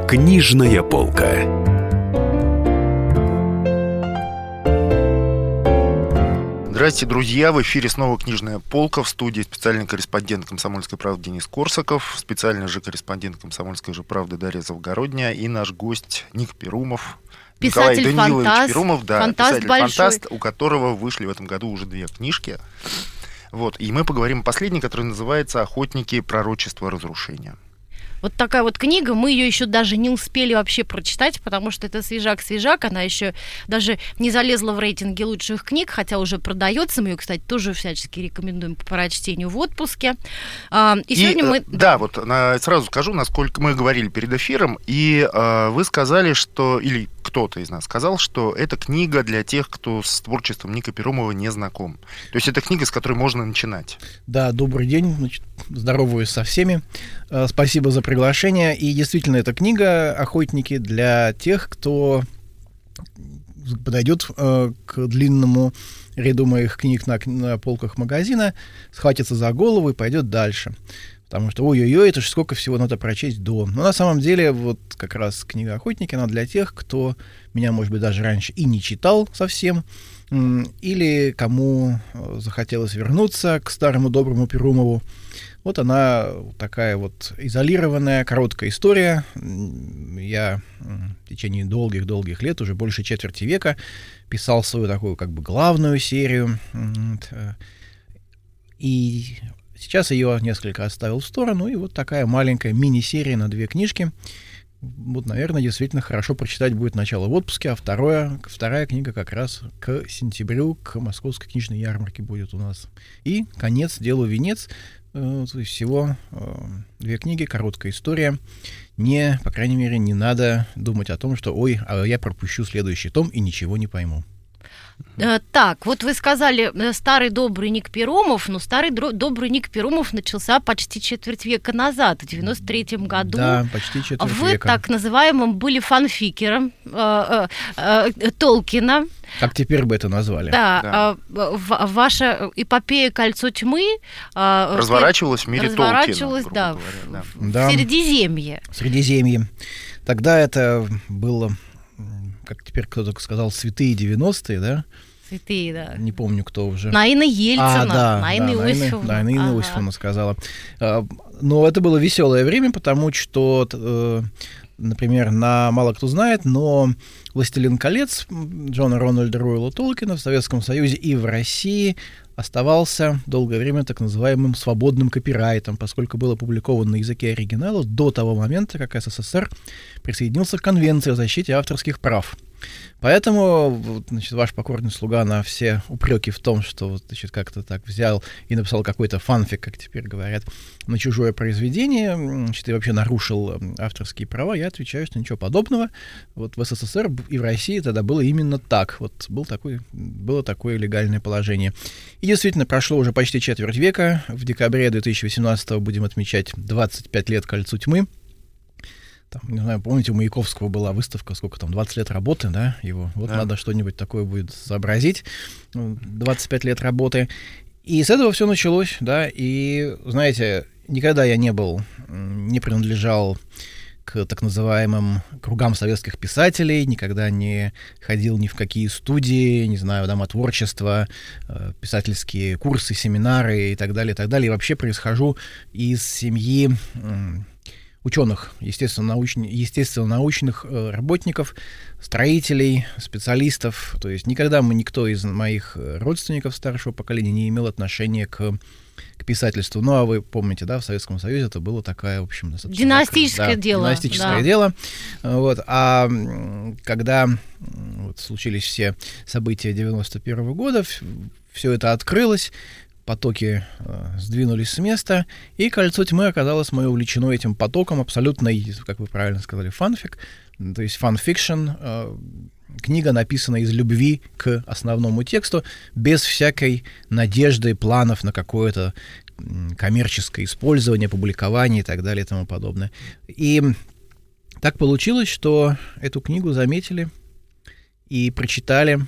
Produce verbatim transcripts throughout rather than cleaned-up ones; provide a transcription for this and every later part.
Книжная полка. Здравствуйте, друзья! В эфире снова «Книжная полка». В студии специальный корреспондент «Комсомольской правды» Денис Корсаков, специальный же корреспондент «Комсомольской же правды» Дарья Завгородняя и наш гость Ник Перумов. Писатель, Николай Данилович фантаст, Перумов, да, фантаст писатель-фантаст, у которого вышли в этом году уже две книжки. Вот, и мы поговорим о последней, которая называется «Охотники. Пророчество разрушения». Вот такая вот книга, мы ее еще даже не успели вообще прочитать, потому что это свежак-свежак, она еще даже не залезла в рейтинги лучших книг, хотя уже продается, мы ее, кстати, тоже всячески рекомендуем по прочтению в отпуске. И, и сегодня мы... Да, вот сразу скажу, насколько мы говорили перед эфиром, и вы сказали, что, или кто-то из нас сказал, что это книга для тех, кто с творчеством Ника Перумова не знаком. То есть это книга, с которой можно начинать. Да, добрый день, значит, здороваюсь со всеми. Спасибо за приглашение. И действительно, эта книга «Охотники» для тех, кто подойдет э, к длинному ряду моих книг на, на полках магазина, схватится за голову и пойдет дальше. Потому что, ой-ой-ой, это же сколько всего надо прочесть до. Но на самом деле, вот как раз книга «Охотники», она для тех, кто меня, может быть, даже раньше и не читал совсем, или кому захотелось вернуться к старому доброму Перумову. Вот она такая вот изолированная, короткая история. Я в течение долгих-долгих лет, уже больше четверти века, писал свою такую как бы главную серию. И сейчас ее несколько оставил в сторону. И вот такая маленькая мини-серия на две книжки. Вот, наверное, действительно хорошо прочитать будет начало в отпуске, а второе, вторая книга как раз к сентябрю, к Московской книжной ярмарке будет у нас. И конец, делу венец. То есть всего две книги, короткая история. Не, по крайней мере, не надо думать о том, что ой, а я пропущу следующий том и ничего не пойму. Так, вот вы сказали старый добрый Ник Перумов, но старый добрый Ник Перумов начался почти четверть века назад, в девяносто третьем году. Да, почти четверть вы века. Вы так называемым были фанфикером э, э, э, Толкина. Как теперь бы это назвали? Да, да. Э, ваша эпопея «Кольцо тьмы» э, разворачивалась в мире Толкина. Разворачивалась, да, говоря, в, в да. Средиземье. В Средиземье. Тогда это было, как теперь кто-то сказал, святые девяностые, да? Святые, да. Не помню, кто уже. Наина Ельцина, а, да, Наина да, Иосифовна. Да, Наина ага. Иосифовна сказала. Но это было веселое время, потому что, например, на мало кто знает, но «Властелин колец» Джона Рональда Руэлла Толкина в Советском Союзе и в России оставался долгое время так называемым свободным копирайтом, поскольку был опубликован на языке оригинала до того момента, как СССР присоединился к Конвенции о защите авторских прав. Поэтому, значит, ваш покорный слуга на все упреки в том, что, значит, как-то так взял и написал какой-то фанфик, как теперь говорят, на чужое произведение, значит, и вообще нарушил авторские права, я отвечаю, что ничего подобного. Вот в СССР и в России тогда было именно так. Вот был такой, было такое легальное положение. И действительно, прошло уже почти четверть века. В декабре две тысячи восемнадцатого будем отмечать двадцать пять лет «Кольцу тьмы». Там, не знаю, помните, у Маяковского была выставка, сколько там, двадцать лет работы, да, его. Вот да. Надо что-нибудь такое будет сообразить. двадцать пять лет работы. И с этого все началось, да, и, знаете, никогда я не был, не принадлежал к так называемым кругам советских писателей, никогда не ходил ни в какие студии, не знаю, дома творчества, писательские курсы, семинары и так далее, и так далее. И вообще происхожу из семьи ученых, естественно, науч... естественно научных э, работников, строителей, специалистов. То есть никогда мы, никто из моих родственников старшего поколения не имел отношения к, к писательству. Ну, а вы помните, да, в Советском Союзе это было такое, в общем, достаточно... Династическое да, дело. Династическое да. дело. Вот. А когда вот, случились все события девяносто первого года, все это открылось, потоки э, сдвинулись с места, и «Кольцо тьмы» оказалось мое увлечено этим потоком, абсолютно, как вы правильно сказали, фанфик, то есть фанфикшн, э, книга, написанная из любви к основному тексту, без всякой надежды, планов на какое-то коммерческое использование, публикование и так далее и тому подобное. И так получилось, что эту книгу заметили и прочитали.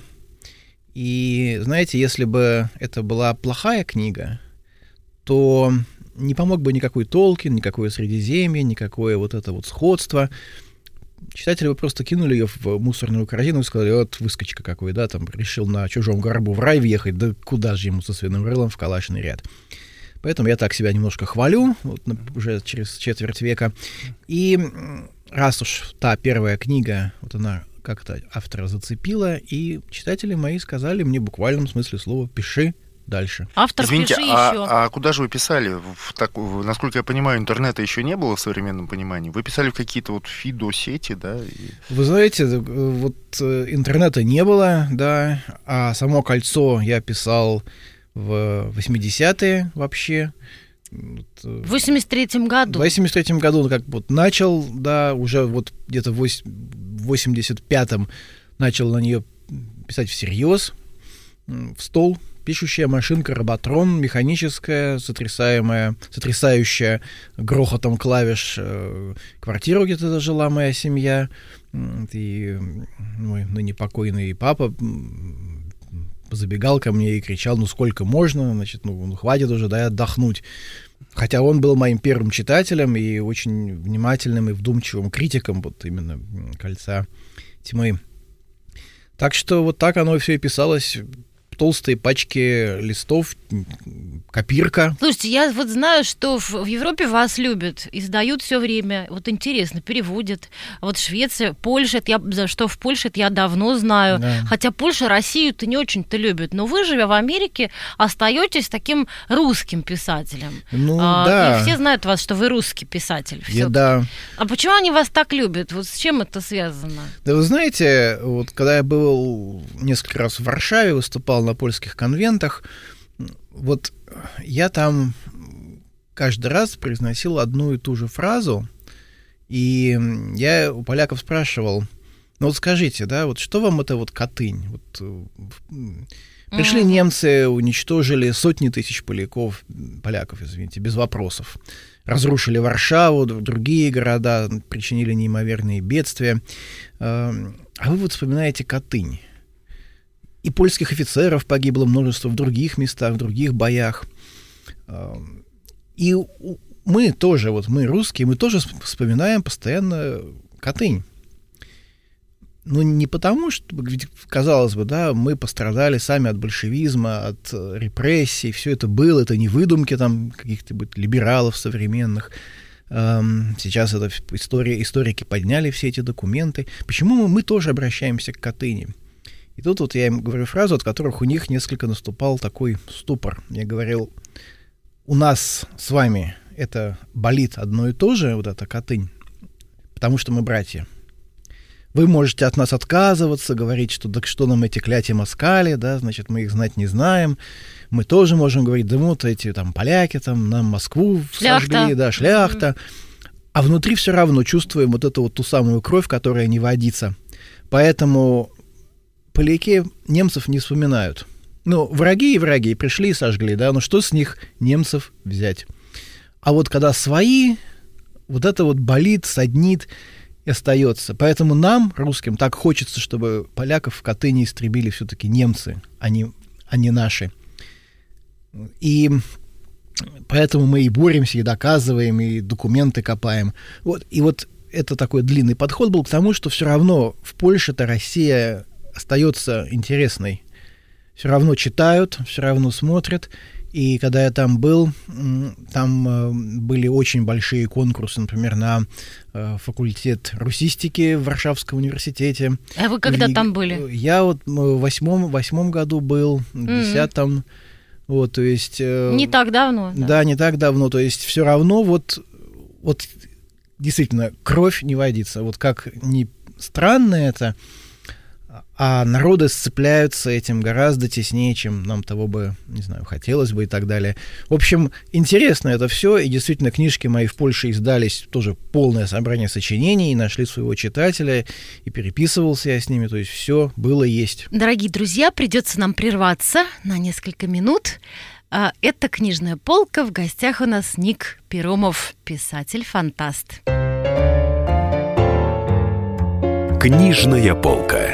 И, знаете, если бы это была плохая книга, то не помог бы никакой Толкин, никакое Средиземье, никакое вот это вот сходство. читатели бы просто кинули ее в мусорную корзину и сказали: вот выскочка какой, да, там решил на чужом горбу в рай въехать, да куда же ему со свиным рылом в калашный ряд. Поэтому я так себя немножко хвалю, вот, уже через четверть века. И раз уж та первая книга, вот она как-то автора зацепила, и читатели мои сказали мне в буквальном смысле слова: пиши дальше. Автор, Извините, пиши а, еще. а куда же вы писали? В так, в, насколько я понимаю, интернета еще не было в современном понимании. Вы писали в какие-то вот фидо-сети, да? И... Вы знаете, вот интернета не было, да, а само «Кольцо» я писал в восьмидесятые вообще. В восемьдесят третьем году. В восемьдесят третьем году как бы вот начал, да, уже вот где-то в восемьдесят пятом начал на нее писать всерьез, в стол. Пишущая машинка, роботрон, механическая, сотрясаемая, сотрясающая грохотом клавиш э, квартиру, где тогда жила моя семья. И мой ныне покойный папа забегал ко мне и кричал: ну сколько можно, значит, ну, ну хватит уже, дай отдохнуть. Хотя он был моим первым читателем и очень внимательным и вдумчивым критиком вот именно «Кольца тьмы». Так что вот так оно все и писалось. Толстые пачки листов, копирка. Слушайте, я вот знаю, что в, в Европе вас любят, издают все время. Вот интересно, переводят. Вот Швеция, Польша, это я, за что в Польше, это я давно знаю. Да. Хотя Польша Россию-то не очень-то любит. Но вы, живя в Америке, остаетесь таким русским писателем. Ну, а, да. И все знают вас, что вы русский писатель. Я, да. А почему они вас так любят? Вот с чем это связано? Да вы знаете, вот когда я был несколько раз в Варшаве, выступал на польских конвентах, вот я там каждый раз произносил одну и ту же фразу, и я у поляков спрашивал: ну вот скажите, да, вот что вам это вот Катынь? Вот, пришли mm-hmm. немцы, уничтожили сотни тысяч поляков, поляков, извините, без вопросов. Разрушили Варшаву, другие города, причинили неимоверные бедствия. А вы вот вспоминаете Катынь. И польских офицеров погибло множество в других местах, в других боях. И мы тоже, вот мы русские, мы тоже вспоминаем постоянно Катынь. Ну, не потому, что, казалось бы, да, мы пострадали сами от большевизма, от репрессий, все это было, это не выдумки там каких-то либералов современных. Сейчас это история, историки подняли все эти документы. Почему мы, мы тоже обращаемся к Катыни? И тут вот я им говорю фразу, от которых у них несколько наступал такой ступор. Я говорил: у нас с вами это болит одно и то же, вот эта Катынь, потому что мы братья. Вы можете от нас отказываться, говорить, что да что нам эти кляти москали, да, значит, мы их знать не знаем. Мы тоже можем говорить: да вот эти там поляки, там нам Москву сожгли, да, шляхта. Mm-hmm. А внутри все равно чувствуем вот эту вот ту самую кровь, которая не водится. Поэтому поляки немцев не вспоминают. Ну, враги и враги пришли и сожгли, да, но что с них немцев взять? А вот когда свои, вот это вот болит, саднит и остается. Поэтому нам, русским, так хочется, чтобы поляков в Катыни истребили все-таки немцы, а не, а не наши. И поэтому мы и боремся, и доказываем, и документы копаем. Вот. И вот это такой длинный подход был к тому, что все равно в Польше-то Россия остается интересной. Все равно читают, все равно смотрят. И когда я там был, там э, были очень большие конкурсы, например, на э, факультет русистики в Варшавском университете. А вы когда и, там были? Я вот в восьмом, восьмом году был, в mm-hmm. десятом. Вот, то есть... Э, не так давно. Да. да, не так давно. То есть все равно вот, вот действительно кровь не водится. Вот как ни странно это, а народы сцепляются этим гораздо теснее, чем нам того бы, не знаю, хотелось бы и так далее. В общем, интересно это все, и действительно книжки мои в Польше издались, тоже полное собрание сочинений, и нашли своего читателя, и переписывался я с ними, то есть все было есть. Дорогие друзья, придется нам прерваться на несколько минут. Это «Книжная полка», в гостях у нас Ник Перумов, писатель-фантаст. «Книжная полка».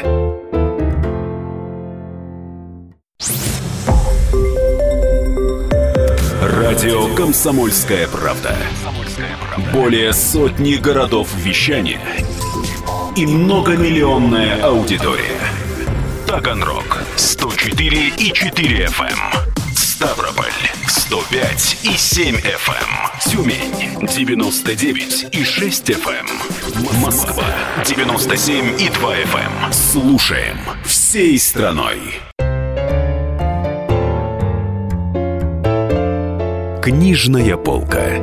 Радио «Комсомольская правда». Более сотни городов вещания и многомиллионная аудитория. Таганрог сто четыре и четыре эф эм, Ставрополь сто пять и семь эф эм, Тюмень девяносто девять и шесть эф эм, Москва девяносто семь и два эф эм. Слушаем всей страной. Книжная полка.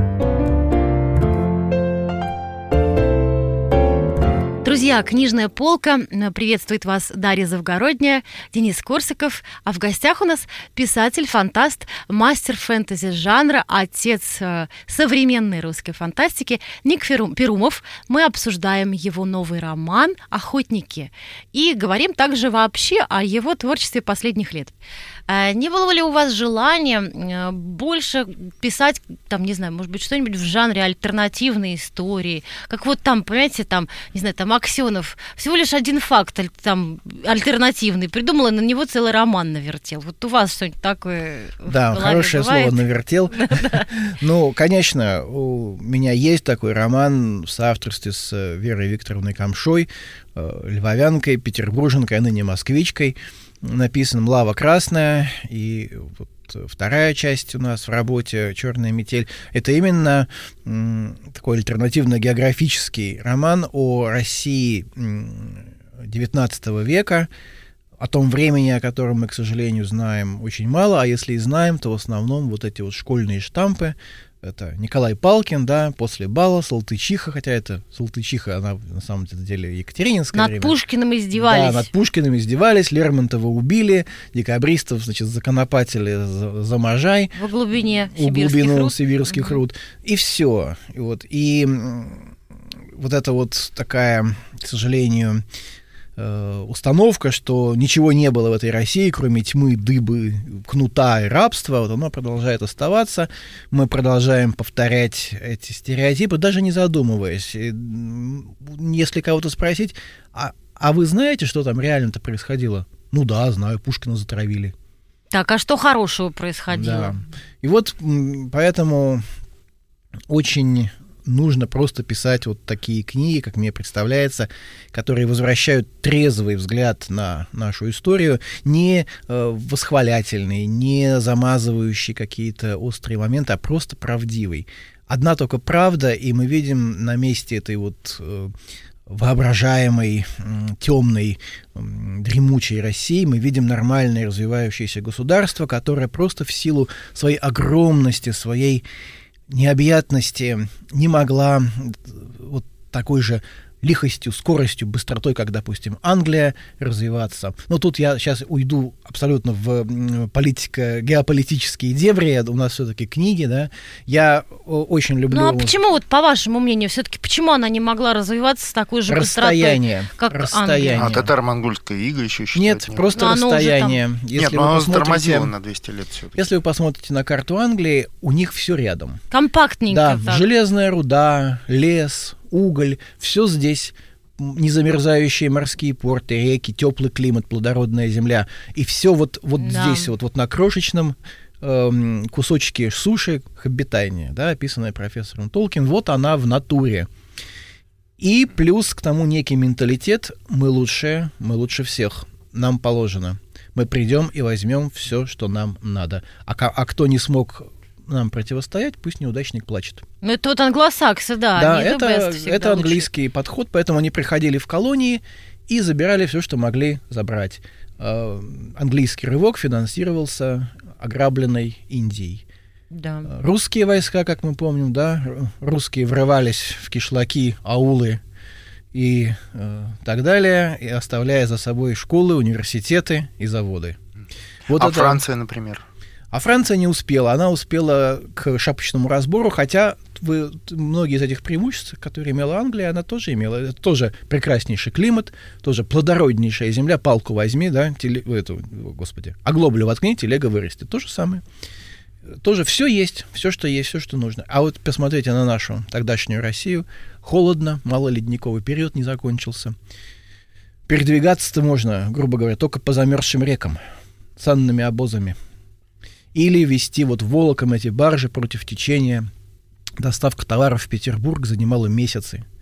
Друзья, «Книжная полка». Приветствует вас Дарья Завгородняя, Денис Корсаков. А в гостях у нас писатель, фантаст, мастер фэнтези жанра, отец э, современной русской фантастики Ник Перумов. Мы обсуждаем его новый роман «Охотники» и говорим также вообще о его творчестве последних лет. Не было ли у вас желания больше писать, там, не знаю, может быть, что-нибудь в жанре альтернативной истории? Как вот там, понимаете, там, не знаю, там Аксенов, всего лишь один факт там альтернативный, придумал, и на него целый роман навертел. Вот у вас что-нибудь такое в Да, голове хорошее бывает? слово «навертел». Ну, конечно, у меня есть такой роман в соавторстве с Верой Викторовной Камшой, львовянкой, петербурженкой, а ныне москвичкой. Написан «Лава красная», и вот вторая часть у нас в работе «Черная метель». Это именно м, такой альтернативно-географический роман о России девятнадцатого века, о том времени, о котором мы, к сожалению, знаем очень мало, а если и знаем, то в основном вот эти вот школьные штампы. Это Николай Палкин, да, после бала, Салтычиха, хотя это Салтычиха, она на самом деле Екатерининская. Над время. Пушкиным издевались. Да, над Пушкиным издевались, Лермонтова убили, декабристов, значит, законопатили за, за Можай. В глубине в сибирских глубину руд. сибирских руд. И все. И вот, и вот это вот такая, к сожалению, установка, что ничего не было в этой России, кроме тьмы, дыбы, кнута и рабства, вот оно продолжает оставаться. Мы продолжаем повторять эти стереотипы, даже не задумываясь. И если кого-то спросить, а, а вы знаете, что там реально-то происходило? Ну да, знаю, Пушкина затравили. Так, а что хорошего происходило? Да. И вот поэтому очень нужно просто писать вот такие книги, как мне представляется, которые возвращают трезвый взгляд на нашу историю, не э, восхвалятельный, не замазывающий какие-то острые моменты, а просто правдивый. Одна только правда, и мы видим на месте этой вот э, воображаемой, э, темной, э, дремучей России, мы видим нормальное развивающееся государство, которое просто в силу своей огромности, своей необъятности не могла вот такой же лихостью, скоростью, быстротой, как, допустим, Англия, развиваться. Но тут я сейчас уйду абсолютно в политико, геополитические дебри, у нас все-таки книги, да. Я очень люблю... Ну а почему, вот по вашему мнению, все-таки почему она не могла развиваться с такой же расстояние, быстротой, как расстояние. Англия? А татаро-монгольская ига еще считать? Нет, нет? просто но расстояние. Там... Если нет, вы но она посмотрите, затормозила на двести лет все-таки. Если вы посмотрите на карту Англии, у них все рядом. Компактненько. Да, так. железная руда, лес, уголь, все здесь, незамерзающие морские порты, реки, теплый климат, плодородная земля. И все вот, вот Да. здесь, вот, вот на крошечном эм, кусочке суши обитания, да, описанная профессором Толкин, вот она в натуре. И плюс к тому некий менталитет: мы лучшие, мы лучше всех, нам положено. Мы придем и возьмем все, что нам надо. А, а кто не смог нам противостоять, пусть неудачник плачет. Ну, это вот англосаксы, да. Да, они the это, best всегда это лучше. английский подход, поэтому они приходили в колонии и забирали все, что могли забрать. Э, английский рывок финансировался ограбленной Индией. Да. Русские войска, как мы помним, да, русские врывались в кишлаки, аулы и э, так далее, и оставляя за собой школы, университеты и заводы. Вот а это... Франция, например? А Франция не успела. Она успела к шапочному разбору, хотя вы, многие из этих преимуществ, которые имела Англия, она тоже имела. Это тоже прекраснейший климат, тоже плодороднейшая земля. Палку возьми, да, теле, эту, господи, оглоблю воткни, телега вырастет. То же самое. Тоже все есть, все, что есть, все, что нужно. А вот посмотрите на нашу тогдашнюю Россию. Холодно, мало ледниковый период не закончился. Передвигаться-то можно, грубо говоря, только по замерзшим рекам, санными обозами. Или вести вот волоком эти баржи против течения. Доставка товаров в Петербург занимала месяцы.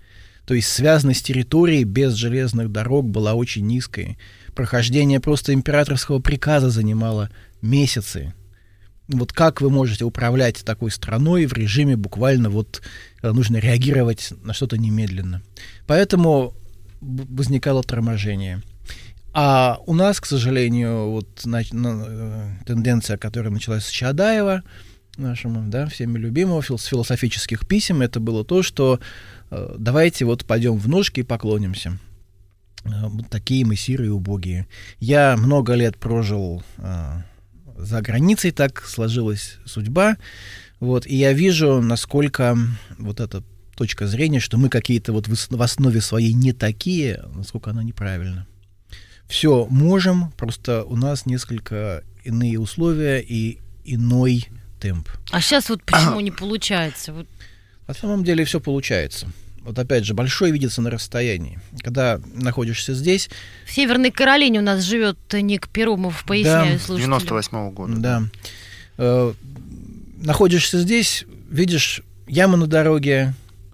То есть связанность территории без железных дорог была очень низкой. Прохождение просто императорского приказа занимало месяцы. Вот как вы можете управлять такой страной в режиме буквально вот нужно реагировать на что-то немедленно. Поэтому возникало торможение. А у нас, к сожалению, вот на, на, тенденция, которая началась с Чаадаева, нашему, да, всеми любимого, с философических писем, это было то, что э, давайте вот пойдем в ножки и поклонимся. Э, вот такие мы сирые и убогие. Я много лет прожил э, за границей, так сложилась судьба, вот, и я вижу, насколько вот эта точка зрения, что мы какие-то вот в основе своей не такие, насколько она неправильна. Все можем, просто у нас несколько иные условия и иной темп. А сейчас вот почему не получается? Вот. На самом деле все получается. Вот опять же, большое видится на расстоянии. Когда находишься здесь... В Северной Каролине у нас живет Ник Перумов, поясняю, да, слушателям. девяносто восьмого года. Да. Э, находишься здесь, видишь ямы на дороге,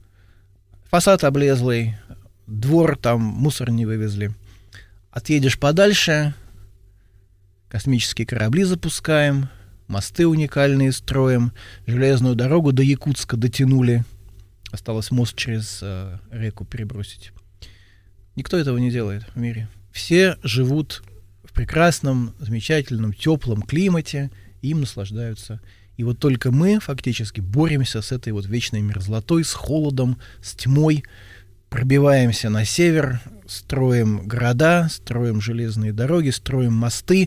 фасад облезлый, двор, там мусор не вывезли. Отъедешь подальше, космические корабли запускаем, мосты уникальные строим, железную дорогу до Якутска дотянули. Осталось мост через э, реку перебросить. Никто этого не делает в мире. Все живут в прекрасном, замечательном, теплом климате, и им наслаждаются. И вот только мы фактически боремся с этой вот вечной мерзлотой, с холодом, с тьмой, пробиваемся на север, строим города, строим железные дороги, строим мосты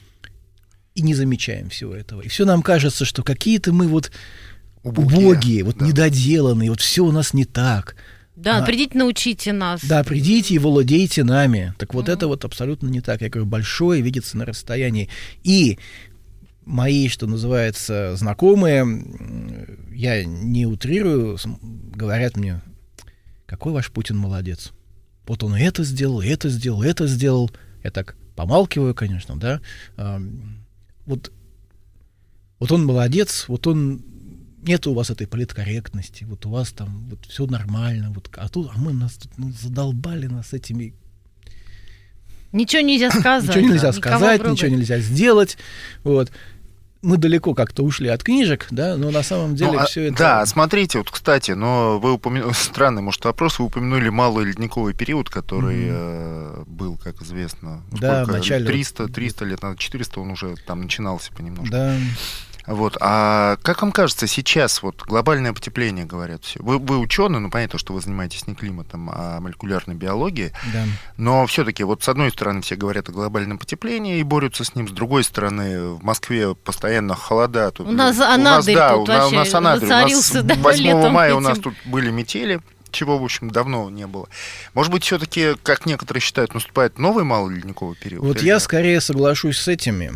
и не замечаем всего этого. И все нам кажется, что какие-то мы вот убогие, убогие вот да. недоделанные, вот все у нас не так. Да, а, придите, научите нас. Да, придите и владейте нами. Так вот mm-hmm. это вот абсолютно не так. Я говорю, большое видится на расстоянии. И мои, что называется, знакомые, я не утрирую, говорят мне, какой ваш Путин молодец. Вот он и это сделал, и это сделал, и это сделал. Я так помалкиваю, конечно, да. А, вот, вот он молодец, вот он... Нет у вас этой политкорректности, вот у вас там вот все нормально, вот, а, тут, а мы нас тут ну, задолбали нас этими... Ничего нельзя сказать. Ничего нельзя сказать, ничего нельзя сделать, вот. Мы далеко как-то ушли от книжек, да, но на самом деле ну, все а, это... Да, смотрите, вот, кстати, но вы упомянули... Странный, может, вопрос. Вы упомянули малый ледниковый период, который mm-hmm. э, был, как известно, да, в начале... триста, триста лет назад, четыреста, он уже там начинался понемножку. Да. Вот. А как вам кажется, сейчас вот глобальное потепление, говорят все. Вы, вы ученый, ну понятно, что вы занимаетесь не климатом, а молекулярной биологией. Да. Но все-таки вот с одной стороны все говорят о глобальном потеплении и борются с ним, с другой стороны в Москве постоянно холода. Тут, у нас у Анадырь нас, да, тут у, вообще у нас Анадырь. У нас да, восьмого мая этим. У нас тут были метели, чего, в общем, давно не было. Может быть, все-таки, как некоторые считают, наступает новый малый ледниковый период? Вот я скорее соглашусь с этими,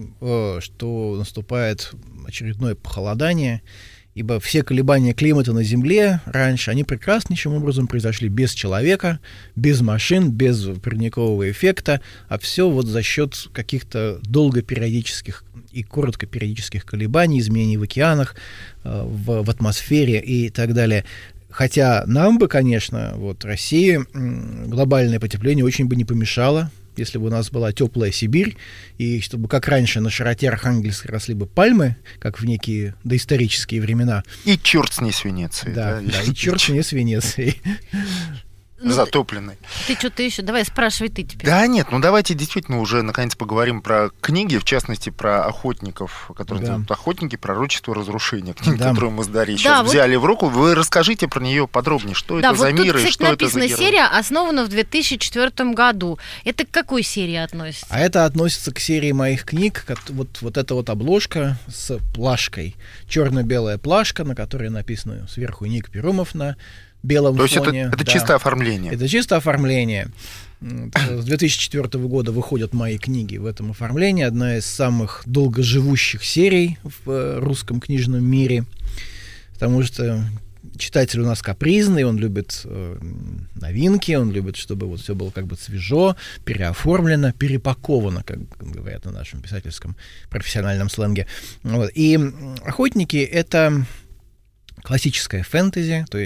что наступает очередное похолодание, ибо все колебания климата на Земле раньше, они прекраснейшим образом произошли без человека, без машин, без парникового эффекта, а все вот за счет каких-то долгопериодических и короткопериодических колебаний, изменений в океанах, в, в атмосфере и так далее. Хотя нам бы, конечно, вот России глобальное потепление очень бы не помешало, если бы у нас была теплая Сибирь, и чтобы, как раньше, на широте Архангельска росли бы пальмы, как в некие доисторические времена. И черт с ней с Венецией. Да, да, да и черт с ней с Венецией. Ну, затопленный. Ты что-то еще? Давай, спрашивай ты теперь. Да нет, ну давайте действительно уже наконец поговорим про книги, в частности, про охотников, которые да. называют «Охотники. Пророчество разрушения». Книга, да. которую мы с Дарьей да, сейчас вот... взяли в руку. Вы расскажите про нее подробнее, что да, это вот за мир тут, и что это за герой. Серия основана в две тысячи четвёртом году. Это к какой серии относится? А это относится к серии моих книг. Вот, вот эта вот обложка с плашкой. Черно-белая плашка, на которой написано сверху Ник Перумов на белом То фоне. есть это, это да. чисто оформление? Это чисто оформление. С две тысячи четвёртого года выходят мои книги в этом оформлении. Одна из самых долгоживущих серий в русском книжном мире. Потому что читатель у нас капризный, он любит э, новинки, он любит, чтобы вот все было как бы свежо, переоформлено, перепаковано, как говорят на нашем писательском профессиональном сленге. Вот. И «Охотники» — это классическая фэнтези, то есть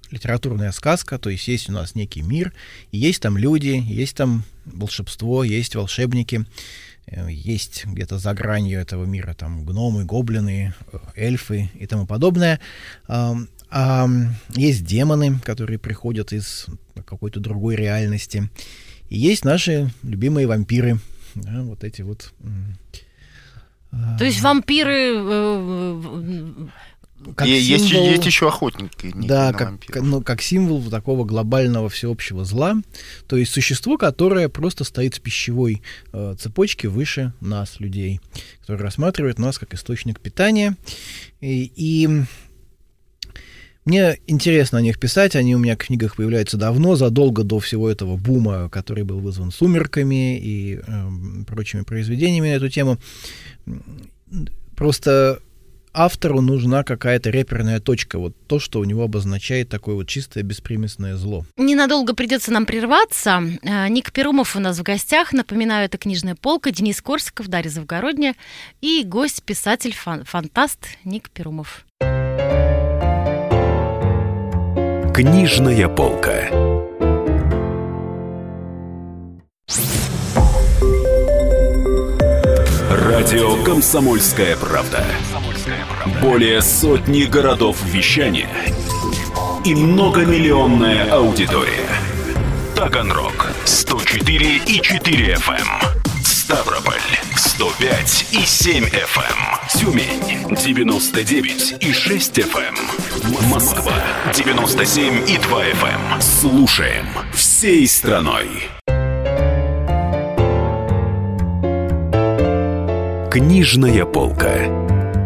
литературная сказка, то есть есть у нас некий мир, и есть там люди, есть там волшебство, есть волшебники, есть где-то за гранью этого мира там гномы, гоблины, эльфы и тому подобное. А есть демоны, которые приходят из какой-то другой реальности. И есть наши любимые вампиры. Да, вот эти вот... То есть вампиры... Как и символ, есть, есть еще охотники. Да, как, ну, как символ такого глобального всеобщего зла. То есть существо, которое просто стоит в пищевой э, цепочке выше нас, людей, которое рассматривает нас как источник питания. И, и мне интересно о них писать. Они у меня в книгах появляются давно, задолго до всего этого бума, который был вызван «Сумерками» и э, прочими произведениями на эту тему. Просто... автору нужна какая-то реперная точка, вот то, что у него обозначает такое вот чистое беспримесное зло. Ненадолго придется нам прерваться. Ник Перумов у нас в гостях. Напоминаю, это «Книжная полка». Денис Корсаков, Дарья Завгородняя и гость, писатель, фан- фантаст Ник Перумов. Книжная полка. Радио «Комсомольская правда». Более сотни городов вещания и многомиллионная аудитория. Таганрог сто четыре и четыре эф эм, Ставрополь сто пять и семь эф эм, Тюмень девяносто девять и шесть эф эм, Москва девяносто семь и два эф эм. Слушаем всей страной. Книжная полка.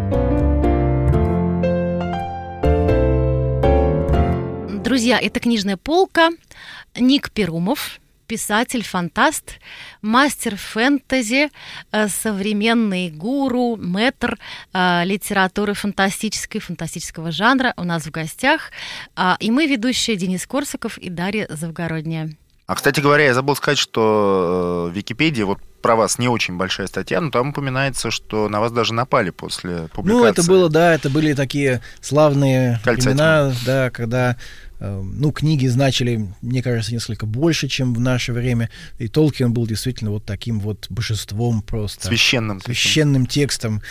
Друзья, это «Книжная полка». Ник Перумов, писатель, фантаст, мастер фэнтези, современный гуру, мэтр литературы фантастической, фантастического жанра у нас в гостях. И мы ведущие Денис Корсаков и Дарья Завгородняя. А, кстати говоря, я забыл сказать, что в Википедии, вот про вас не очень большая статья, но там упоминается, что на вас даже напали после публикации. Ну, это было, да, это были такие славные времена, да, когда, ну, книги значили, мне кажется, несколько больше, чем в наше время, и Толкин был действительно вот таким вот божеством просто. Священным. Священным текстом.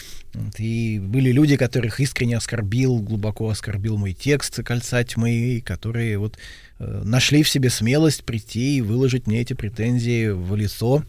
И были люди, которых искренне оскорбил, глубоко оскорбил мой текст «Кольца тьмы», которые вот нашли в себе смелость прийти и выложить мне эти претензии в лицо,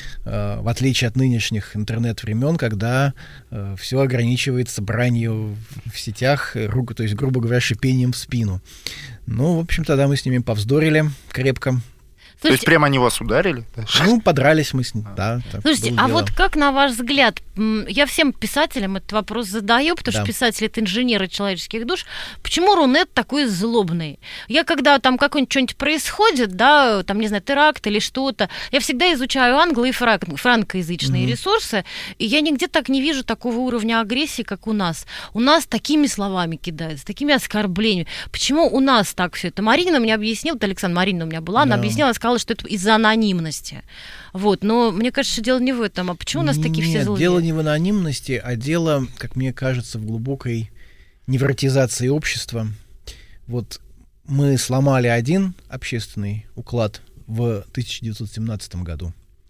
в отличие от нынешних интернет-времен, когда все ограничивается бранью в сетях, то есть, грубо говоря, шипением в спину. Ну, в общем, тогда мы с ними повздорили крепко. Слушайте, то есть прямо они вас ударили? Ну, подрались мы с ним, да. Слушайте, а дело. Вот как, на ваш взгляд, я всем писателям этот вопрос задаю, потому да. что писатели — это инженеры человеческих душ, почему Рунет такой злобный? Я когда там какое-нибудь что-нибудь происходит, да, там, не знаю, теракт или что-то, я всегда изучаю англо- и франк- франкоязычные mm-hmm. ресурсы, и я нигде так не вижу такого уровня агрессии, как у нас. У нас такими словами кидаются, такими оскорблениями. Почему у нас так все это? Марина мне объяснила, это Александра Марина у меня была, она да. объяснила, сказала, что это из-за анонимности. Вот. Но мне кажется, дело не в этом. А почему у нас такие Нет, все злые? Дело не в анонимности, а дело, как мне кажется, в глубокой невротизации общества. Вот мы сломали один общественный уклад в тысяча девятьсот семнадцатом году.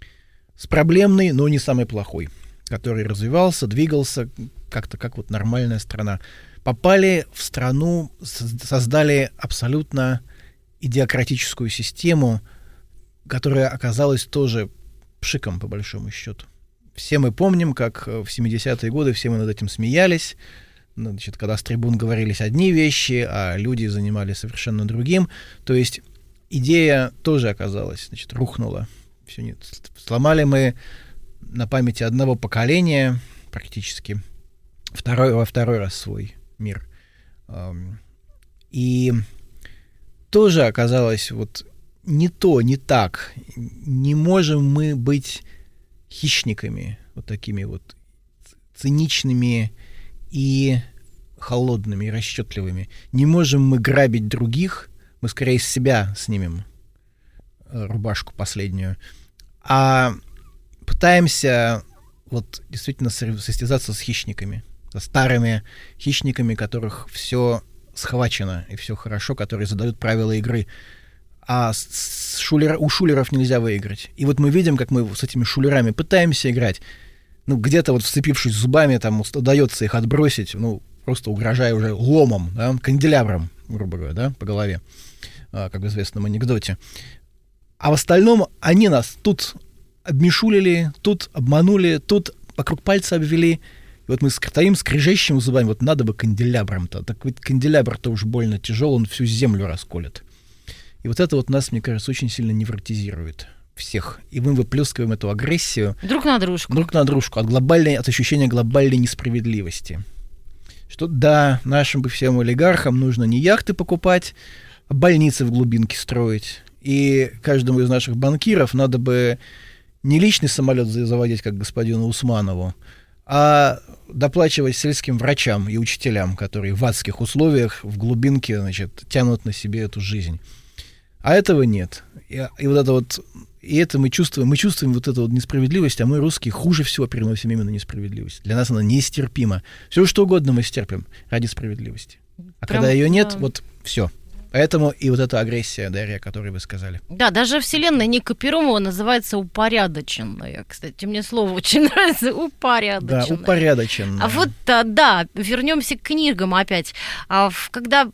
С проблемный, но не самый плохой, который развивался, двигался как-то как вот нормальная страна. Попали в страну, создали абсолютно идиократическую систему, которая оказалась тоже пшиком, по большому счету. Все мы помним, как в семидесятые годы все мы над этим смеялись, значит, когда с трибун говорились одни вещи, а люди занимались совершенно другим. То есть идея тоже оказалась, значит, рухнула. Все нет. Сломали мы на памяти одного поколения практически второй, во второй раз свой мир. И тоже оказалось вот не то, не так. Не можем мы быть хищниками, вот такими вот циничными и холодными, и расчетливыми. Не можем мы грабить других, мы скорее с себя снимем рубашку последнюю, а пытаемся вот действительно состязаться с хищниками, со старыми хищниками, которых все схвачено, и все хорошо, которые задают правила игры. А с шулер, у шулеров нельзя выиграть. И вот мы видим, как мы с этими шулерами пытаемся играть. Ну, где-то вот вцепившись зубами, там удается их отбросить, ну, просто угрожая уже ломом, да, канделябром, грубо говоря, да, по голове, а, как в известном анекдоте. А в остальном они нас тут обмешулили, тут обманули, тут вокруг пальца обвели. И вот мы стоим, скрежещим зубами, вот надо бы канделябром-то. Так ведь канделябр-то уж больно тяжелый, он всю землю расколет. И вот это вот нас, мне кажется, очень сильно невротизирует всех. И мы выплескиваем эту агрессию друг на дружку. Друг на дружку от, глобальной, от ощущения глобальной несправедливости. Что да, нашим бы всем олигархам нужно не яхты покупать, а больницы в глубинке строить. И каждому из наших банкиров надо бы не личный самолет заводить, как господину Усманову, а доплачивать сельским врачам и учителям, которые в адских условиях в глубинке, значит, тянут на себе эту жизнь. А этого нет. И, и вот это вот, и это мы чувствуем, мы чувствуем вот эту вот несправедливость, а мы, русские, хуже всего переносим именно несправедливость. Для нас она нестерпима. Все что угодно мы стерпим ради справедливости. А Прям, когда ее нет, да. вот все. Поэтому и вот эта агрессия, Дарья, о которой вы сказали. Да, даже вселенная Ника Перумова называется упорядоченная. Кстати, мне слово очень нравится, упорядоченная. Да, упорядоченная. А вот, да, вернемся к книгам опять. Когда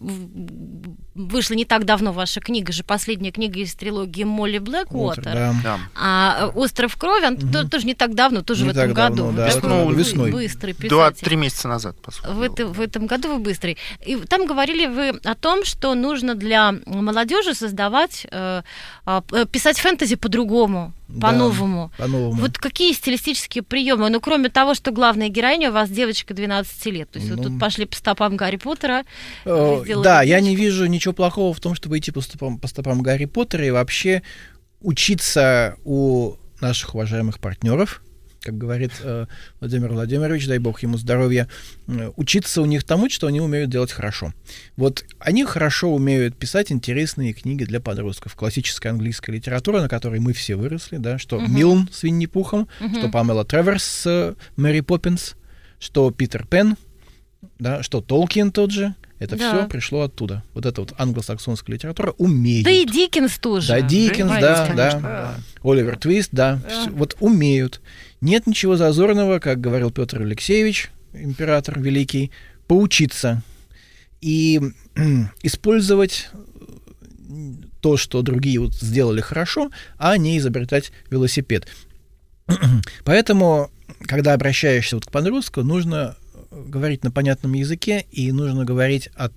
вышла не так давно ваша книга же, последняя книга из трилогии Молли Блэквотер, да. Да. А «Остров крови», он угу. тоже не так давно, тоже не в этом давно, году. Да, это ну, весной. Быстрый писатель. Два-три месяца назад, по сути. В, это, в этом году вы быстрый. И там говорили вы о том, что нужно для молодежи создавать, э, э, писать фэнтези по-другому, да, по-новому. по-новому. Вот какие стилистические приемы? Ну, кроме того, что главная героиня у вас девочка двенадцати лет. То есть ну, вы тут пошли по стопам Гарри Поттера. Э, да, я не вижу ничего плохого в том, чтобы идти по стопам, по стопам Гарри Поттера и вообще учиться у наших уважаемых партнеров, как говорит э, Владимир Владимирович, дай бог ему здоровья, э, учиться у них тому, что они умеют делать хорошо. Вот они хорошо умеют писать интересные книги для подростков. Классическая английская литература, на которой мы все выросли, да, что uh-huh. Милн с Винни-Пухом, uh-huh. что Памела Треверс с э, Мэри Поппинс, что Питер Пен, да, что Толкин тот же. Это да. все пришло оттуда. Вот эта вот англосаксонская литература умеет. Да и Диккенс тоже. Да, Диккенс, да, да. да. да. Оливер Твист, да. да. Все, вот умеют. Нет ничего зазорного, как говорил Петр Алексеевич, император великий, поучиться и использовать то, что другие вот сделали хорошо, а не изобретать велосипед. Поэтому, когда обращаешься вот к подростку, нужно говорить на понятном языке, и нужно говорить от,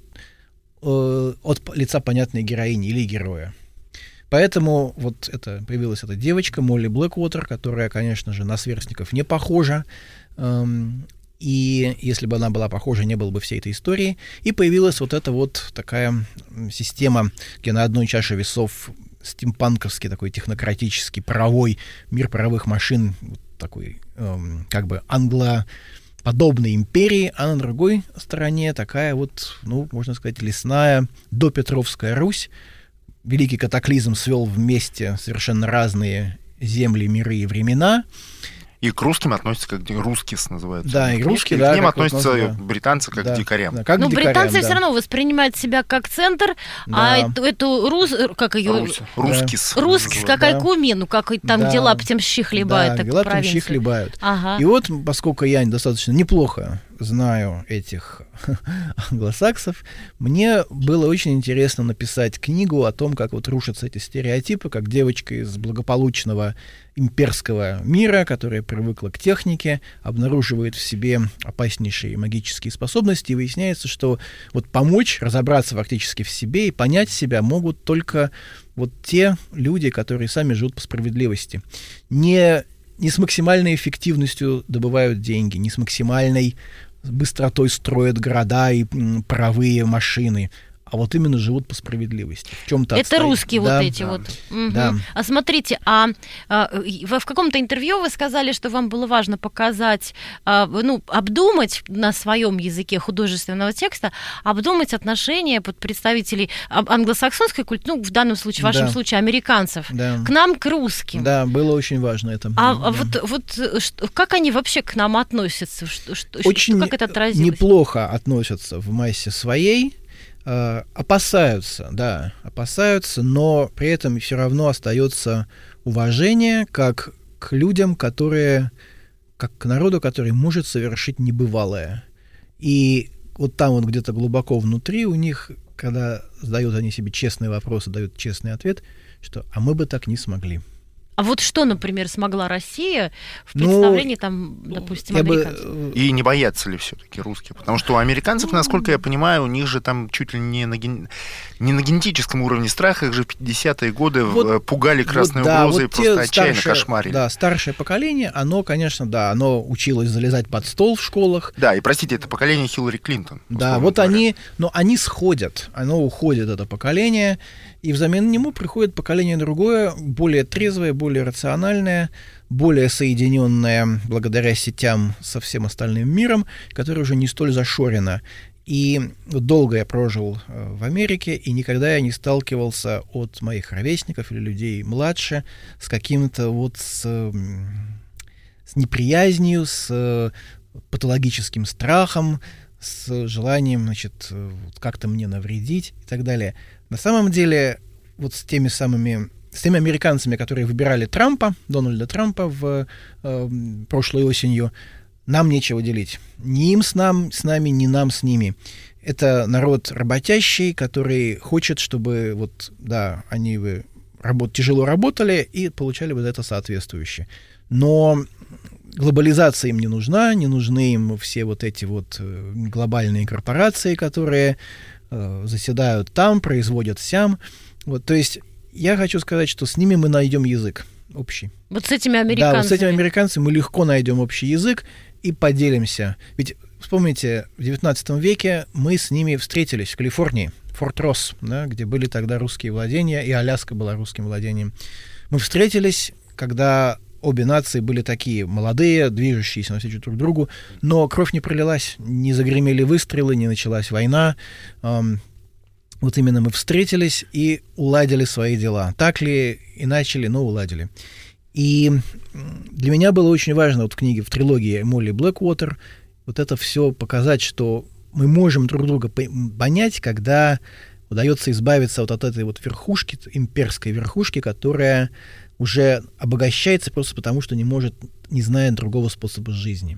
э, от лица понятной героини или героя. Поэтому вот это, появилась эта девочка Молли Блэквотер, которая, конечно же, на сверстников не похожа, эм, и если бы она была похожа, не было бы всей этой истории. И появилась вот эта вот такая система, где на одной чаше весов стимпанковский, такой технократический, паровой мир паровых машин, вот такой эм, как бы англо подобной империи, а на другой стороне такая вот, ну, можно сказать, лесная допетровская Русь. Великий катаклизм свел вместе совершенно разные земли, миры и времена. И к русским относятся как русскис называются. Да, и русские, да. К ним относятся вот, да. британцы как да, к дикарям. Да, как Но дикарям, британцы да. все равно воспринимают себя как центр, да. а эту, эту рус, как ее... Русь. Рускис. Да. Рускис, как да. Айкуми, ну как там да. дела потом щи хлебают. Да, так дела потом щи хлебают. Ага. И вот, поскольку я достаточно неплохо знаю этих англосаксов, мне было очень интересно написать книгу о том, как вот рушатся эти стереотипы, как девочка из благополучного имперского мира, которая привыкла к технике, обнаруживает в себе опаснейшие магические способности, и выясняется, что вот помочь разобраться фактически в себе и понять себя могут только вот те люди, которые сами живут по справедливости. Не, не с максимальной эффективностью добывают деньги, не с максимальной быстротой строят города и м, паровые машины, а вот именно живут по справедливости. В чем-то это отстоят. русские да, вот эти да, вот. Угу. Да. А смотрите, а, а в, в каком-то интервью вы сказали, что вам было важно показать, а, ну, обдумать на своем языке художественного текста, обдумать отношения под представителей англосаксонской культуры, ну, в данном случае, в вашем да. случае, американцев, да. к нам, к русским. Да, было очень важно это. А, да. а вот, вот что, как они вообще к нам относятся? Что, что, очень как это отразилось? неплохо относятся в массе своей. э, опасаются, да, опасаются, но при этом все равно остается уважение как к людям, которые, как к народу, который может совершить небывалое. И вот там вот где-то глубоко внутри у них, когда задают они себе честные вопросы, дают честный ответ, что «а мы бы так не смогли». А вот что, например, смогла Россия в представлении, ну, там, допустим, американцев? Бы... И не боятся ли все-таки русские? Потому что у американцев, насколько я понимаю, у них же там чуть ли не на, ген... не на генетическом уровне страха, их же в пятидесятые годы вот, пугали красной вот, угрозой, да, вот просто отчаянно старшее, кошмарили. Да, старшее поколение, оно, конечно, да, оно училось залезать под стол в школах. Да, и, простите, это поколение Хиллари Клинтон. Да, вот говоря. они, но они сходят, оно уходит, это поколение, и взамен нему приходит поколение другое, более трезвое, более рациональное, более соединенное благодаря сетям со всем остальным миром, которое уже не столь зашорено. И долго я прожил в Америке, и никогда я не сталкивался от моих ровесников или людей младше с каким-то вот с, с неприязнью, с патологическим страхом, с желанием, значит, как-то мне навредить и так далее. На самом деле, вот с теми самыми, с теми американцами, которые выбирали Трампа, Дональда Трампа в э, прошлой осенью, нам нечего делить. Ни им с, нам, с нами, ни нам с ними. Это народ работящий, который хочет, чтобы вот, да, они бы работ, тяжело работали и получали бы за это соответствующее. Но глобализация им не нужна, не нужны им все вот эти вот глобальные корпорации, которые э, заседают там, производят сям. Вот, то есть я хочу сказать, что с ними мы найдем язык общий. Вот с этими американцами. Да, вот с этими американцами мы легко найдем общий язык и поделимся. Ведь вспомните, в девятнадцатом веке мы с ними встретились в Калифорнии, Форт Росс, да, где были тогда русские владения, и Аляска была русским владением. Мы встретились, когда обе нации были такие молодые, движущиеся навстречу друг другу, но кровь не пролилась, не загремели выстрелы, не началась война. Вот именно мы встретились и уладили свои дела. Так ли и начали, но уладили. И для меня было очень важно вот в книге, в трилогии Молли Блэквотер вот это все показать, что мы можем друг друга понять, когда удается избавиться вот от этой вот верхушки, имперской верхушки, которая уже обогащается просто потому, что не может, не зная другого способа жизни.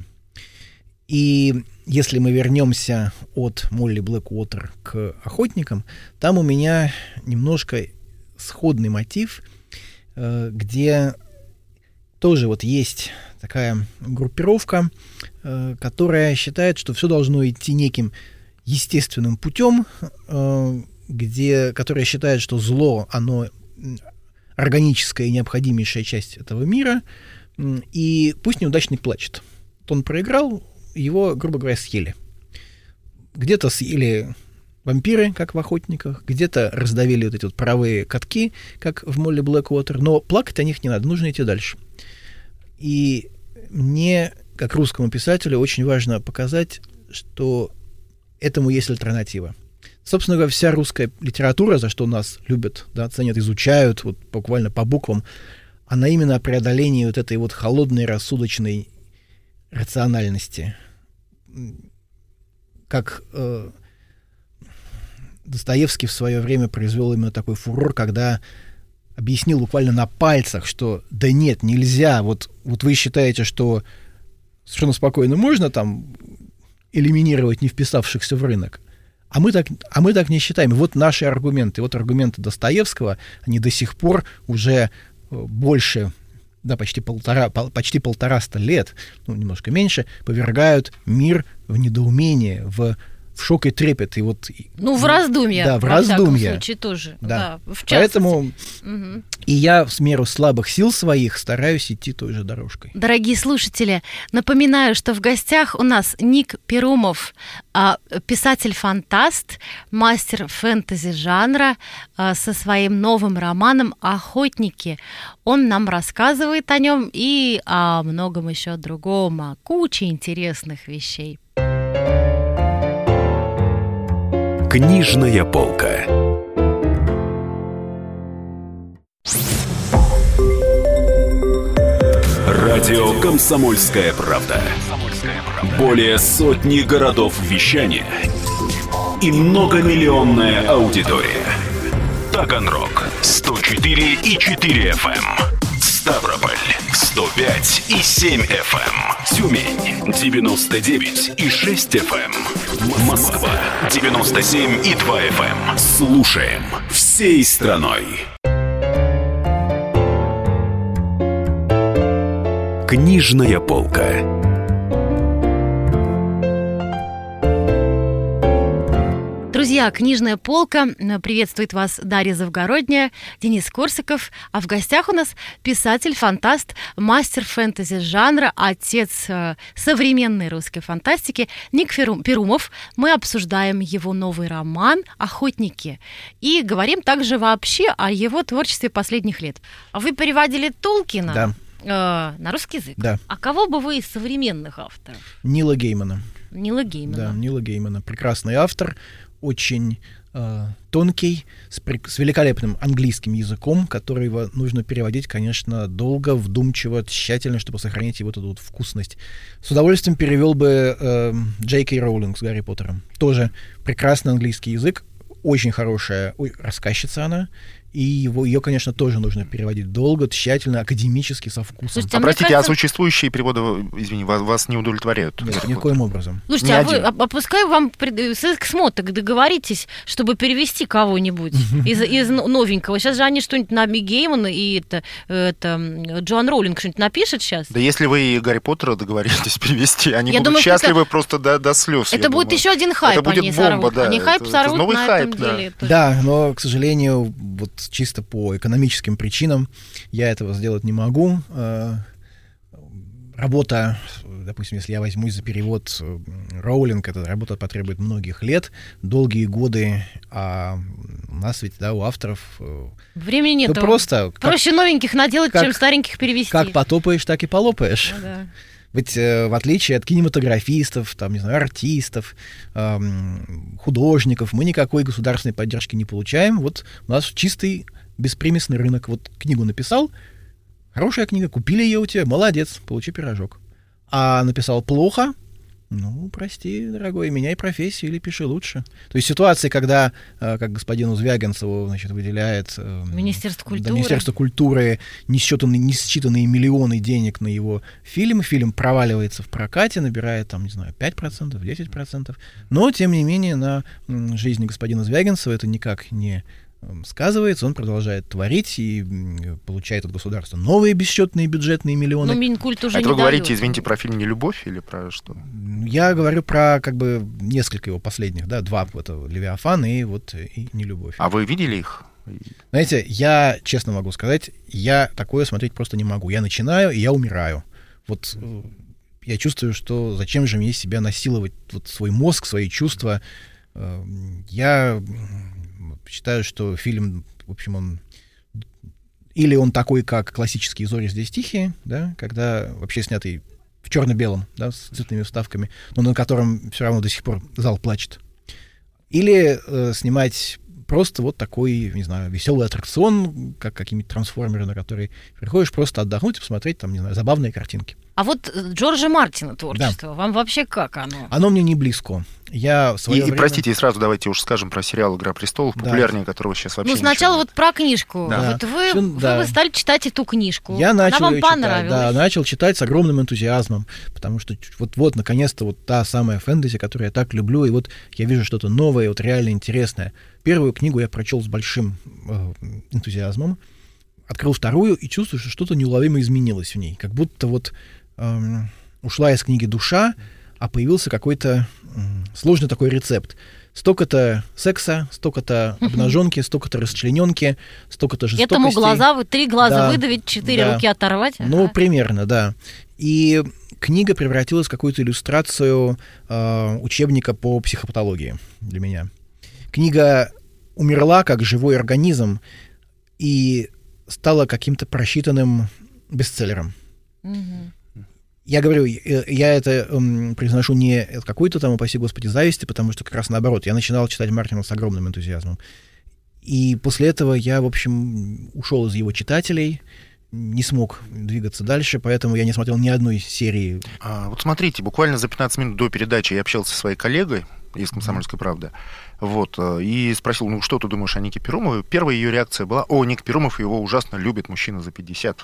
И если мы вернемся от Молли Блэквотер к охотникам, там у меня немножко сходный мотив, где тоже вот есть такая группировка, которая считает, что все должно идти неким естественным путем, где, которая считает, что зло, оно органическая и необходимейшая часть этого мира, и пусть неудачник плачет. Вот он проиграл, его, грубо говоря, съели. Где-то съели вампиры, как в «Охотниках», где-то раздавили вот эти вот паровые катки, как в Молли Блэквотер, но плакать о них не надо, нужно идти дальше. И мне, как русскому писателю, очень важно показать, что этому есть альтернатива. Собственно говоря, вся русская литература, за что нас любят, да, ценят, изучают, вот буквально по буквам, она именно о преодолении вот этой вот холодной, рассудочной рациональности. Как э, Достоевский в свое время произвел именно такой фурор, когда объяснил буквально на пальцах, что да нет, нельзя, вот, вот вы считаете, что совершенно спокойно можно там элиминировать не вписавшихся в рынок, а мы так, а мы так не считаем. И вот наши аргументы, вот аргументы Достоевского, они до сих пор уже больше, да, почти полтора, почти полтораста лет, ну, немножко меньше, повергают мир в недоумение, в, в шок и трепет. И вот, ну, в раздумье. Да, в раздумье. Случае тоже. Да. Да, в Поэтому угу. и я в меру слабых сил своих стараюсь идти той же дорожкой. Дорогие слушатели, напоминаю, что в гостях у нас Ник Перумов, писатель-фантаст, мастер фэнтези-жанра, со своим новым романом «Охотники». Он нам рассказывает о нем и о многом еще другом, о куче интересных вещей. Книжная полка. Радио «Комсомольская правда». Более сотни городов вещания и многомиллионная аудитория. Таганрог сто четыре и четыре эф эм, Ставрополь сто пять и семь эф эм, Тюмень девяносто девять и шесть эф эм, Москва девяносто семь и два эф эм. Слушаем всей страной. Книжная полка. Друзья, книжная полка. Приветствует вас Дарья Завгородняя, Денис Корсаков. А в гостях у нас писатель, фантаст, мастер фэнтези жанра, отец э, современной русской фантастики Ник Перум, Перумов. Мы обсуждаем его новый роман «Охотники». И говорим также вообще о его творчестве последних лет. Вы переводили Толкина Да. э, на русский язык. Да. А кого бы вы из современных авторов? Нила Геймана. Нила Геймана. Да, Нила Геймана. Прекрасный автор, очень э, тонкий, с, прик- с великолепным английским языком, который его нужно переводить, конечно, долго, вдумчиво, тщательно, чтобы сохранить его вот эту вот вкусность. С удовольствием перевел бы э, Джей Кей Роулинг с Гарри Поттером. Тоже прекрасный английский язык, очень хорошая ой, рассказчица она. И его, ее, конечно, тоже нужно переводить долго, тщательно, академически, со вкусом. Слушайте, А мне простите, кажется- а существующие переводы, извини, вас, вас не удовлетворяют? Нет, Гарри никоим Поттер? образом. Слушайте, Ни а вы, один. а, опускай вам пред- с Эксмоток договоритесь, чтобы перевести кого-нибудь из, из но- новенького. Сейчас же они что-нибудь на Геймана и это, это м, Джоан Роулинг что-нибудь напишет сейчас. Да если вы и Гарри Поттера договоритесь перевести, они Я будут думаю, что счастливы это- просто до, до слез. Это я будет думаю. еще один хайп, Это будет они бомба, сорвут. да. Они хайп Это- это сорвут новый на хайп, этом да. деле. Это- Да, но, к сожалению, вот чисто по экономическим причинам я этого сделать не могу. Э, Работа, допустим, если я возьмусь за перевод э, Роулинг, эта работа потребует многих лет, долгие годы, а у нас ведь, да, у авторов э, Времени ну, нет. просто как, Проще новеньких наделать, как- чем стареньких перевести. как потопаешь, так и полопаешь. Ну да. Ведь э, в отличие от кинематографистов, там, не знаю, артистов, эм, художников, мы никакой государственной поддержки не получаем. Вот у нас чистый беспримесный рынок. Вот книгу написал, хорошая книга, купили ее у тебя, молодец, получи пирожок. А написал плохо, ну, прости, дорогой, меняй профессию или пиши лучше. То есть ситуации, когда, э, как господину Звягинцеву, значит, выделяет э, Министерство да, культуры. Министерство культуры несчетанные, несчитанные миллионы денег на его фильм, фильм проваливается в прокате, набирает, там, не знаю, пять процентов, десять процентов, но, тем не менее, на м, жизни господина Звягинцева это никак не м, сказывается, он продолжает творить и м, получает от государства новые бесчетные бюджетные миллионы. Ну, Минкульт уже А это не вы говорите, дает. извините, про фильм «Нелюбовь» или про что? Я говорю про как бы несколько его последних, да, два, это «Левиафан» и вот и «Нелюбовь». А вы видели их? Знаете, я, честно могу сказать, я такое смотреть просто не могу. Я начинаю, и я умираю. Вот э, я чувствую, что зачем же мне себя насиловать, вот свой мозг, свои чувства. Э, Я м, считаю, что фильм, в общем, он... Или он такой, как классические «Зори здесь тихие», да, когда вообще снятый в черно-белом, да, с цветными вставками, но на котором все равно до сих пор зал плачет. Или э, снимать просто вот такой, не знаю, веселый аттракцион, как какие-нибудь трансформеры, на которые приходишь просто отдохнуть и посмотреть, там, не знаю, забавные картинки. А вот э, Джорджа Мартина творчество, вам вообще как оно? Оно мне не близко. Я в И, свое и, время... простите, и сразу давайте уж скажем про сериал «Игра престолов», Да. популярнее которого сейчас вообще Ну, сначала ничего вот про книжку. Да. Вот вы, Всё, вы, да. вы стали читать эту книжку. Я начал Она вам её читать, понравилась. да, начал читать с огромным энтузиазмом, потому что вот-вот, наконец-то, вот та самая фэнтези, которую я так люблю, и вот я вижу что-то новое, вот реально интересное. Первую книгу я прочел с большим э, энтузиазмом, открыл вторую и чувствую, что что-то неуловимо изменилось в ней, как будто вот эм, ушла из книги душа, а появился какой-то м, сложный такой рецепт. Столько-то секса, столько-то обнаженки, столько-то расчлененки, столько-то жестокости. Этому глаза, вы три глаза Да, выдавить, четыре да. руки оторвать. Ну, Ага. примерно, да. И книга превратилась в какую-то иллюстрацию э, учебника по психопатологии для меня. Книга умерла как живой организм и стала каким-то просчитанным бестселлером. Мгм. Я говорю, э, я это эм, произношу не от какой-то там, упаси господи, зависти, потому что как раз наоборот, я начинал читать Мартина с огромным энтузиазмом. И после этого я, в общем, ушел из его читателей, не смог двигаться дальше, поэтому я не смотрел ни одной серии. А, вот смотрите, буквально за пятнадцать минут до передачи я общался со своей коллегой, из «Комсомольской правды». Вот. И спросил, ну, что ты думаешь о Нике Перумовой? Первая ее реакция была: о, Ник Перумов, его ужасно любит мужчина за пятьдесят.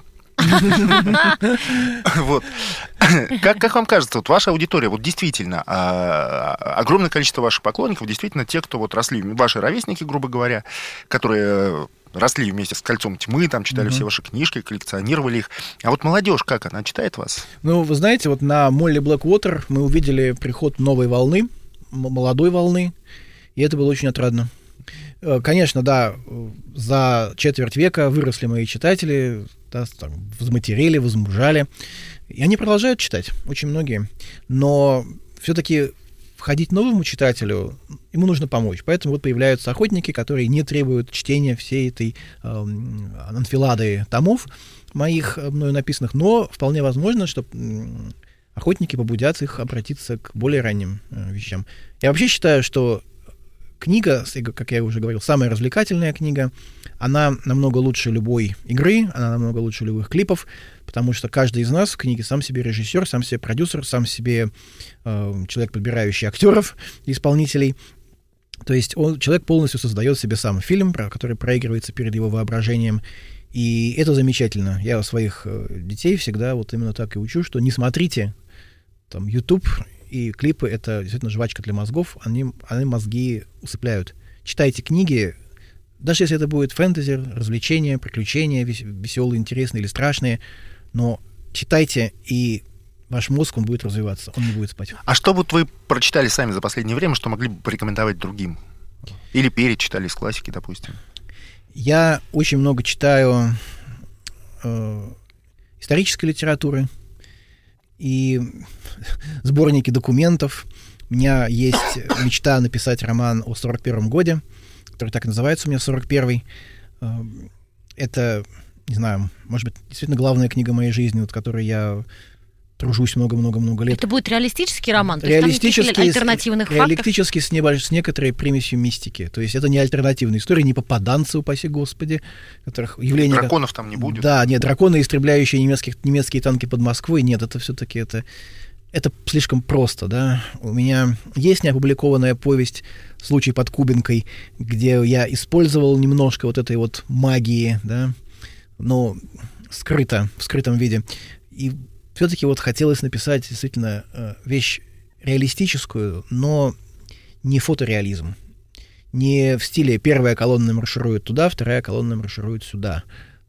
Вот. Как, как вам кажется, вот ваша аудитория, вот действительно, а, огромное количество ваших поклонников, действительно те, кто вот росли, ваши ровесники, грубо говоря, которые росли вместе с «Кольцом тьмы», там читали mm-hmm. все ваши книжки, коллекционировали их. А вот молодежь, как она читает вас? Ну, вы знаете, вот на Молли Блэквотер мы увидели приход новой волны, молодой волны, и это было очень отрадно. Конечно, да, за четверть века выросли мои читатели, да, там, возматерели, возмужали, и они продолжают читать, очень многие. Но все-таки входить новому читателю ему нужно помочь. Поэтому вот появляются охотники, которые не требуют чтения всей этой э, анфилады томов моих, мною написанных, но вполне возможно, что э, охотники побудят их обратиться к более ранним э, вещам. Я вообще считаю, что книга, как я уже говорил, самая развлекательная книга, она намного лучше любой игры, она намного лучше любых клипов, потому что каждый из нас в книге сам себе режиссер, сам себе продюсер, сам себе э, человек, подбирающий актеров, исполнителей. То есть он, человек полностью создает себе сам фильм, который проигрывается перед его воображением. И это замечательно. Я своих э, детей всегда вот именно так и учу, что не смотрите там YouTube и клипы — это действительно жвачка для мозгов, они, они мозги усыпляют. Читайте книги, даже если это будет фэнтези, развлечения, приключения, веселые, интересные или страшные, но читайте, и ваш мозг, он будет развиваться, он не будет спать. А что вот вы прочитали сами за последнее время, что могли бы порекомендовать другим? Или перечитали из классики, допустим? Я очень много читаю э, исторической литературы и сборники документов. У меня есть мечта написать роман о сорок первом годе, который так и называется у меня, сорок первый. Это, не знаю, может быть, действительно главная книга моей жизни, вот, которой я тружусь много-много-много лет. Это будет реалистический роман? Реалистический, то есть альтернативных фактов? Реалистический с, небольш... с некоторой примесью мистики. То есть это не альтернативная история, не попаданцы, упаси господи. Которых явление... Драконов там не будет? Да, нет, драконы, истребляющие немецких... немецкие танки под Москвой, нет, это все-таки это... Это слишком просто, да. У меня есть неопубликованная повесть «Случай под Кубинкой», где я использовал немножко вот этой вот магии, да, но скрыто, в скрытом виде. И все-таки вот хотелось написать действительно вещь реалистическую, но не фотореализм. Не в стиле первая колонна марширует туда, вторая колонна марширует сюда.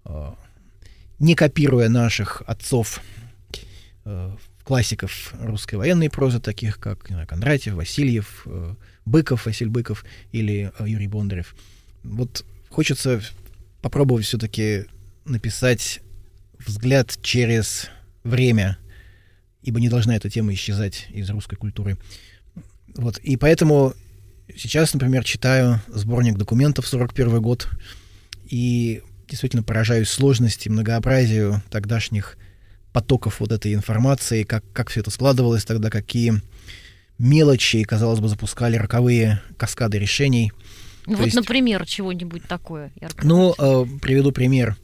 Не копируя наших отцов, классиков русской военной прозы, таких как, не знаю, Кондратьев, Васильев, Быков, Василий Быков или Юрий Бондарев. Вот хочется попробовать все-таки написать взгляд через время, ибо не должна эта тема исчезать из русской культуры. Вот. И поэтому сейчас, например, читаю сборник документов сорок первый год и действительно поражаюсь сложности, многообразию тогдашних потоков вот этой информации, как, как все это складывалось тогда, какие мелочи, казалось бы, запускали роковые каскады решений. Ну То вот, есть, например, чего-нибудь такое. Ну, э, приведу пример.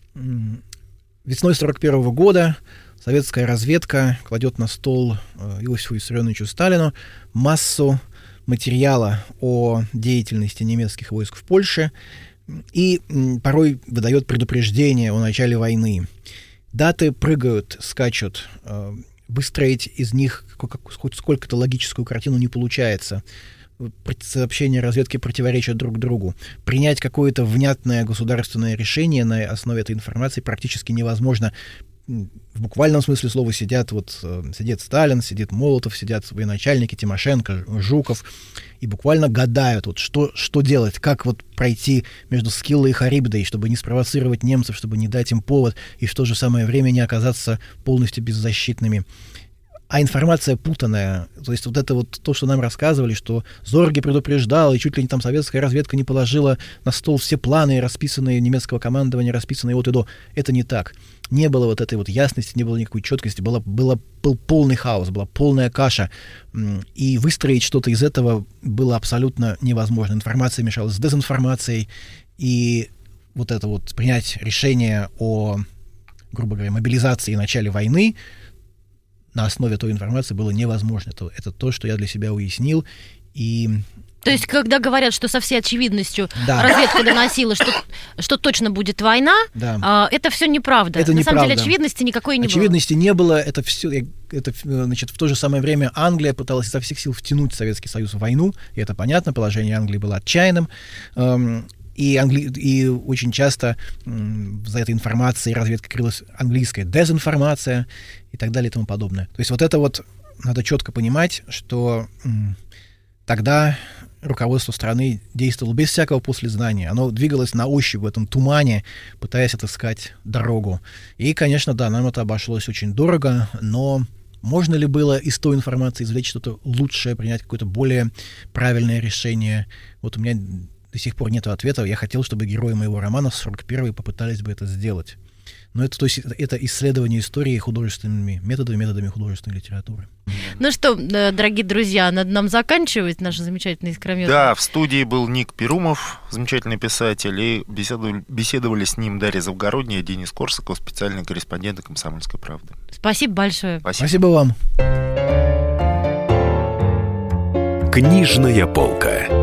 Весной сорок первого года советская разведка кладет на стол э, Иосифу Виссарионовичу Сталину массу материала о деятельности немецких войск в Польше и м, порой выдает предупреждение о начале войны. Даты прыгают, скачут. Выстроить из них хоть сколько-то логическую картину не получается. Сообщения разведки противоречат друг другу. Принять какое-то внятное государственное решение на основе этой информации практически невозможно. В буквальном смысле слова сидят, вот, сидит Сталин, сидит Молотов, сидят военачальники, Тимошенко, Жуков, и буквально гадают, вот, что, что делать, как вот пройти между Скиллой и Харибдой, чтобы не спровоцировать немцев, чтобы не дать им повод, и в то же самое время не оказаться полностью беззащитными. А информация путанная. То есть вот это вот то, что нам рассказывали, что Зорге предупреждал, и чуть ли не там советская разведка не положила на стол все планы, расписанные немецкого командования, расписанные от и до. Это не так. Не было вот этой вот ясности, не было никакой четкости, было, было, был полный хаос, была полная каша. И выстроить что-то из этого было абсолютно невозможно. Информация мешалась с дезинформацией, и вот это вот принять решение о, грубо говоря, мобилизации и начале войны на основе той информации было невозможно. Это, это то, что я для себя уяснил, И... То есть, когда говорят, что со всей очевидностью да. разведка доносила, что, что точно будет война, да. это все неправда. Это На неправда. самом деле очевидности никакой не очевидности было. не было. Это все, это, значит, в то же самое время Англия пыталась изо всех сил втянуть Советский Союз в войну, и это понятно, положение Англии было отчаянным. И, англи... и очень часто за этой информацией разведкой крылась английская дезинформация и так далее и тому подобное. То есть вот это вот надо четко понимать, что тогда руководство страны действовало без всякого послезнания. Оно двигалось на ощупь в этом тумане, пытаясь отыскать дорогу. И, конечно, да, нам это обошлось очень дорого, но можно ли было из той информации извлечь что-то лучшее, принять какое-то более правильное решение? Вот у меня до сих пор нет ответа. Я хотел, чтобы герои моего романа с сорок первой попытались бы это сделать. Но это, то есть, это исследование истории художественными методами, методами художественной литературы. Ну что, дорогие друзья, надо нам заканчивать наше замечательное искрометное. Да, в студии был Ник Перумов, замечательный писатель, и беседовали, беседовали с ним Дарья Завгородняя, Денис Корсаков, специальный корреспондент «Комсомольской правды». Спасибо большое. Спасибо, Спасибо вам. Книжная полка.